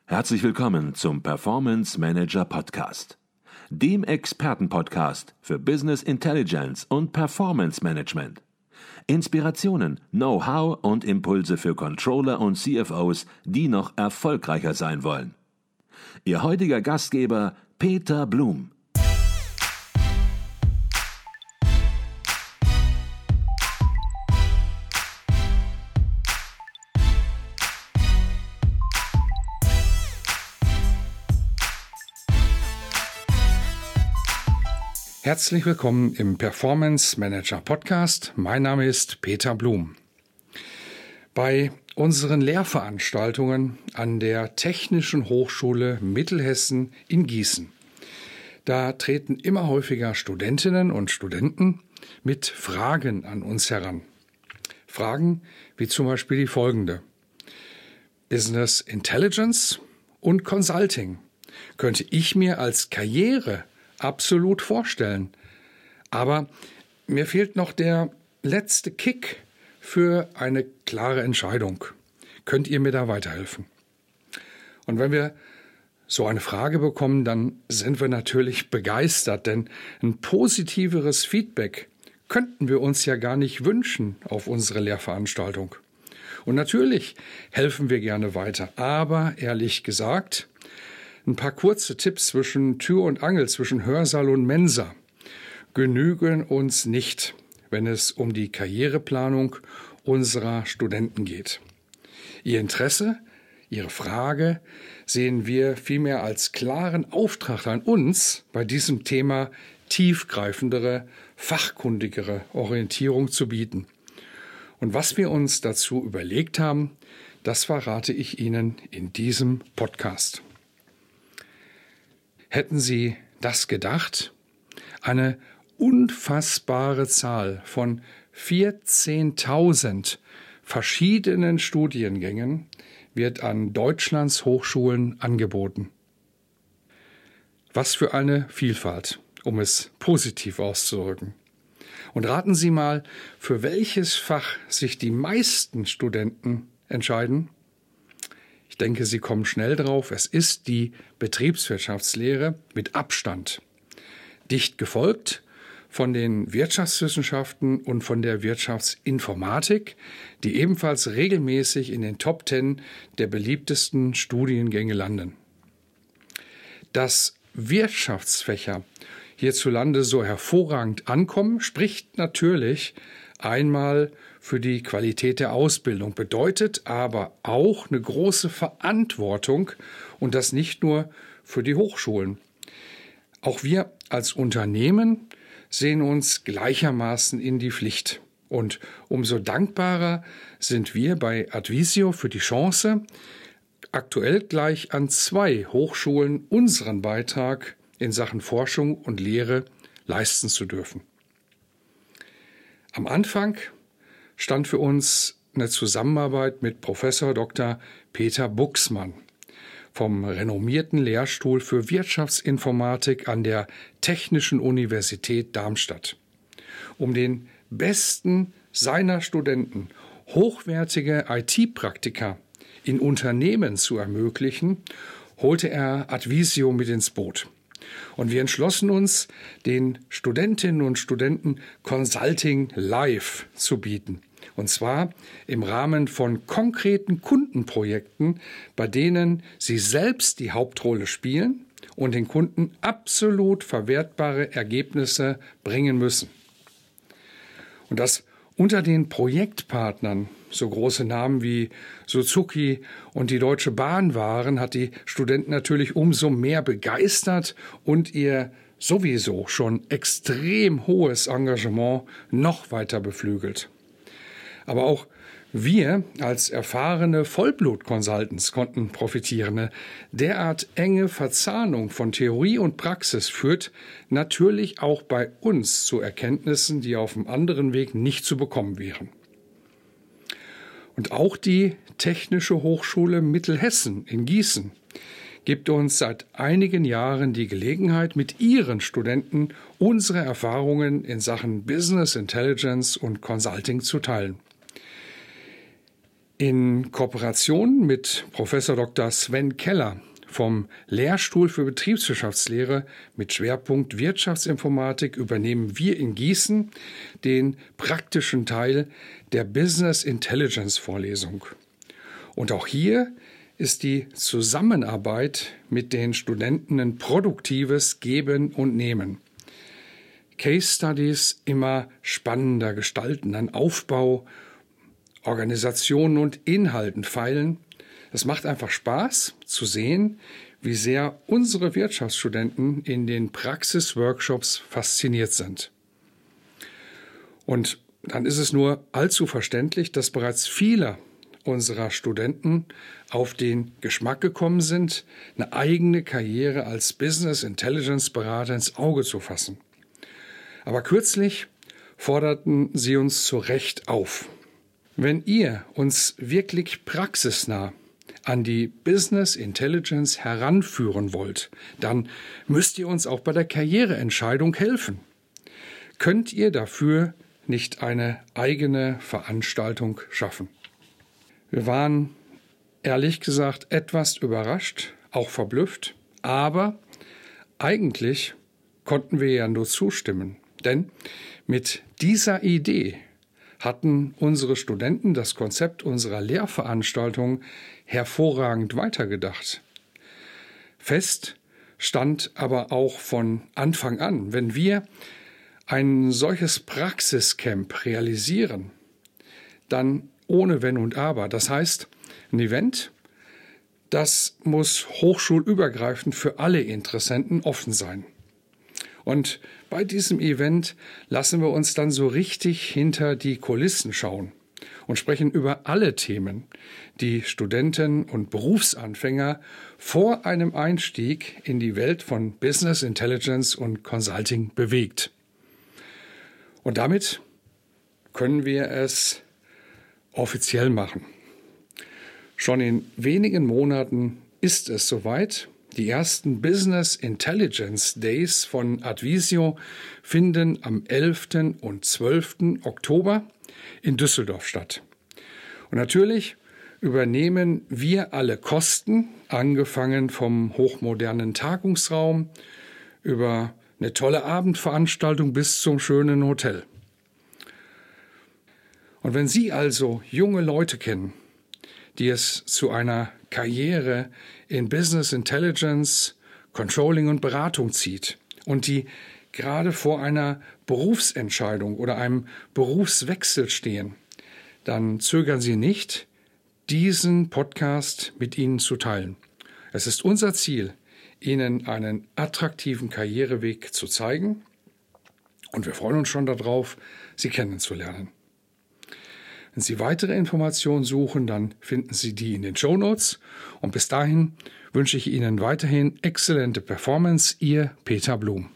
Herzlich willkommen zum Performance Manager Podcast, dem Expertenpodcast für Business Intelligence und Performance Management. Inspirationen, Know-how und Impulse für Controller und CFOs, die noch erfolgreicher sein wollen. Ihr heutiger Gastgeber Peter Blum. Herzlich willkommen im Performance Manager Podcast. Mein Name ist Peter Blum. Bei unseren Lehrveranstaltungen an der Technischen Hochschule Mittelhessen in Gießen, da treten immer häufiger Studentinnen und Studenten mit Fragen an uns heran. Fragen wie zum Beispiel die folgende: Business Intelligence und Consulting könnte ich mir als Karriere absolut vorstellen. Aber mir fehlt noch der letzte Kick für eine klare Entscheidung. Könnt ihr mir da weiterhelfen? Und wenn wir so eine Frage bekommen, dann sind wir natürlich begeistert, denn ein positiveres Feedback könnten wir uns ja gar nicht wünschen auf unsere Lehrveranstaltung. Und natürlich helfen wir gerne weiter, aber ehrlich gesagt, ein paar kurze Tipps zwischen Tür und Angel, zwischen Hörsaal und Mensa genügen uns nicht, wenn es um die Karriereplanung unserer Studenten geht. Ihr Interesse, Ihre Frage sehen wir vielmehr als klaren Auftrag an uns, bei diesem Thema tiefgreifendere, fachkundigere Orientierung zu bieten. Und was wir uns dazu überlegt haben, das verrate ich Ihnen in diesem Podcast. Hätten Sie das gedacht? Eine unfassbare Zahl von 14.000 verschiedenen Studiengängen wird an Deutschlands Hochschulen angeboten. Was für eine Vielfalt, um es positiv auszudrücken. Und raten Sie mal, für welches Fach sich die meisten Studenten entscheiden? Ich denke, Sie kommen schnell drauf. Es ist die Betriebswirtschaftslehre mit Abstand. Dicht gefolgt von den Wirtschaftswissenschaften und von der Wirtschaftsinformatik, die ebenfalls regelmäßig in den Top 10 der beliebtesten Studiengänge landen. Dass Wirtschaftsfächer hierzulande so hervorragend ankommen, spricht natürlich einmal für die Qualität der Ausbildung, bedeutet aber auch eine große Verantwortung, und das nicht nur für die Hochschulen. Auch wir als Unternehmen sehen uns gleichermaßen in die Pflicht. Und umso dankbarer sind wir bei Advisio für die Chance, aktuell gleich an 2 Hochschulen unseren Beitrag in Sachen Forschung und Lehre leisten zu dürfen. Am Anfang stand für uns eine Zusammenarbeit mit Professor Dr. Peter Buxmann vom renommierten Lehrstuhl für Wirtschaftsinformatik an der Technischen Universität Darmstadt. Um den besten seiner Studenten hochwertige IT-Praktika in Unternehmen zu ermöglichen, holte er Advisio mit ins Boot. Und wir entschlossen uns, den Studentinnen und Studenten Consulting Live zu bieten. Und zwar im Rahmen von konkreten Kundenprojekten, bei denen sie selbst die Hauptrolle spielen und den Kunden absolut verwertbare Ergebnisse bringen müssen. Und das unter den Projektpartnern so große Namen wie Suzuki und die Deutsche Bahn waren, hat die Studenten natürlich umso mehr begeistert und ihr sowieso schon extrem hohes Engagement noch weiter beflügelt. Aber auch wir als erfahrene Vollblut-Consultants konnten profitieren. Eine derart enge Verzahnung von Theorie und Praxis führt natürlich auch bei uns zu Erkenntnissen, die auf dem anderen Weg nicht zu bekommen wären. Und auch die Technische Hochschule Mittelhessen in Gießen gibt uns seit einigen Jahren die Gelegenheit, mit ihren Studenten unsere Erfahrungen in Sachen Business Intelligence und Consulting zu teilen. In Kooperation mit Professor Dr. Sven Keller vom Lehrstuhl für Betriebswirtschaftslehre mit Schwerpunkt Wirtschaftsinformatik übernehmen wir in Gießen den praktischen Teil der Business Intelligence Vorlesung. Und auch hier ist die Zusammenarbeit mit den Studenten ein produktives Geben und Nehmen. Case Studies immer spannender gestalten, an Aufbau, Organisationen und Inhalten feilen. Es macht einfach Spaß zu sehen, wie sehr unsere Wirtschaftsstudenten in den Praxisworkshops fasziniert sind. Und dann ist es nur allzu verständlich, dass bereits viele unserer Studenten auf den Geschmack gekommen sind, eine eigene Karriere als Business Intelligence Berater ins Auge zu fassen. Aber kürzlich forderten sie uns zu Recht auf. Wenn ihr uns wirklich praxisnah an die Business Intelligence heranführen wollt, dann müsst ihr uns auch bei der Karriereentscheidung helfen. Könnt ihr dafür nicht eine eigene Veranstaltung schaffen? Wir waren, ehrlich gesagt, etwas überrascht, auch verblüfft, aber eigentlich konnten wir ja nur zustimmen, denn mit dieser Idee hatten unsere Studenten das Konzept unserer Lehrveranstaltung hervorragend weitergedacht. Fest stand aber auch von Anfang an, wenn wir ein solches Praxiscamp realisieren, dann ohne Wenn und Aber. Das heißt, ein Event, das muss hochschulübergreifend für alle Interessenten offen sein. Und bei diesem Event lassen wir uns dann so richtig hinter die Kulissen schauen und sprechen über alle Themen, die Studenten und Berufsanfänger vor einem Einstieg in die Welt von Business Intelligence und Consulting bewegt. Und damit können wir es offiziell machen. Schon in wenigen Monaten ist es soweit. Die ersten Business Intelligence Days von Advisio finden am 11. und 12. Oktober in Düsseldorf statt. Und natürlich übernehmen wir alle Kosten, angefangen vom hochmodernen Tagungsraum über eine tolle Abendveranstaltung bis zum schönen Hotel. Und wenn Sie also junge Leute kennen, die es zu einer Karriere in Business Intelligence, Controlling und Beratung zieht und die gerade vor einer Berufsentscheidung oder einem Berufswechsel stehen, dann zögern Sie nicht, diesen Podcast mit Ihnen zu teilen. Es ist unser Ziel, Ihnen einen attraktiven Karriereweg zu zeigen und wir freuen uns schon darauf, Sie kennenzulernen. Wenn Sie weitere Informationen suchen, dann finden Sie die in den Shownotes. Und bis dahin wünsche ich Ihnen weiterhin exzellente Performance. Ihr Peter Blum.